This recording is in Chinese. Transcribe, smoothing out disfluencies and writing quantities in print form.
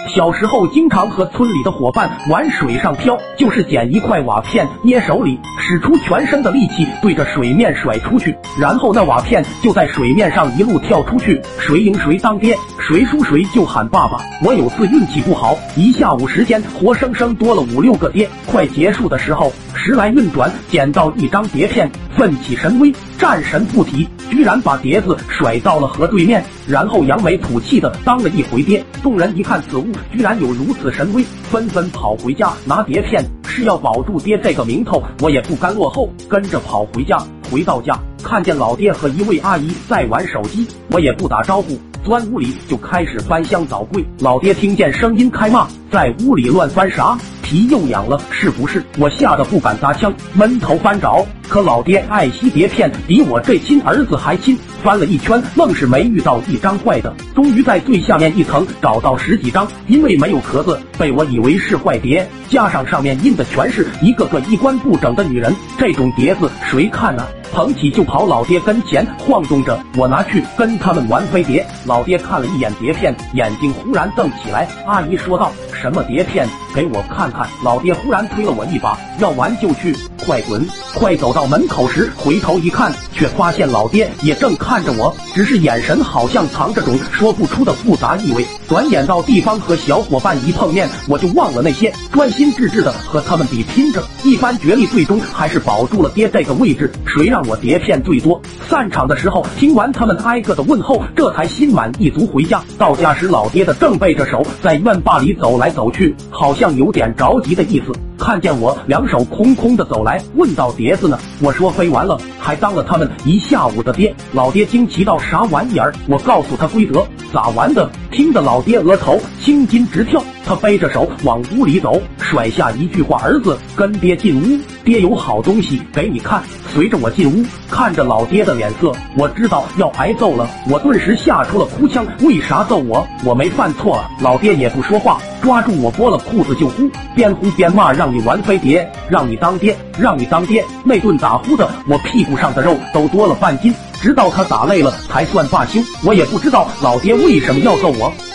小时候经常和村里的伙伴玩水上漂，就是捡一块瓦片捏手里，使出全身的力气对着水面甩出去，然后那瓦片就在水面上一路跳出去，谁赢谁当爹，谁输谁就喊爸爸。我有次运气不好，一下午时间活生生多了5、6个爹。快结束的时候，时来运转，捡到一张碟片，奋起神威，战神附体，居然把碟子甩到了河对面，然后扬眉吐气的当了一回爹。众人一看此物居然有如此神威，纷纷跑回家拿碟片，是要保住爹这个名头。我也不甘落后，跟着跑回家。回到家，看见老爹和一位阿姨在玩手机，我也不打招呼，钻屋里就开始翻箱找柜。老爹听见声音开骂，在屋里乱翻啥？皮又痒了是不是？我吓得不敢搭腔，闷头翻找。可老爹爱惜碟片比我这亲儿子还亲，翻了一圈愣是没遇到一张坏的，终于在最下面一层找到10几张，因为没有壳子，被我以为是坏碟，加上上面印的全是一个个衣冠不整的女人，这种碟子谁看啊？捧起就跑老爹跟前晃动着，我拿去跟他们玩飞碟。老爹看了一眼碟片，眼睛忽然瞪起来。阿姨说道：什么碟片？给我看看。老爹忽然推了我一把，要玩就去，快滚！快走到门口时，回头一看，却发现老爹也正看着我，只是眼神好像藏着种说不出的复杂意味。转眼到地方和小伙伴一碰面，我就忘了那些，专心致志的和他们比拼着，一番角力，最终还是保住了爹这个位置。谁让我碟片最多？散场的时候，听完他们挨个的问候，这才心满意足回家。到家时，老爹的正背着手在院坝里走来走去，好像有点着急的意思。看见我两手空空的走来，问到碟子呢？我说飞完了，还当了他们一下午的爹。老爹惊奇到啥玩意儿？我告诉他规则，咋玩的？听得老爹额头青筋直跳，他背着手往屋里走，甩下一句话：儿子，跟爹进屋，爹有好东西给你看。随着我进屋，看着老爹的脸色，我知道要挨揍了，我顿时吓出了哭腔。为啥揍我？我没犯错啊！老爹也不说话，抓住我拨了裤子就呼，边呼边骂：让你玩飞碟，让你当爹，让你当爹！那顿打呼的，我屁股上的肉都多了半斤，直到他打累了才算罢休。我也不知道老爹为什么要揍我，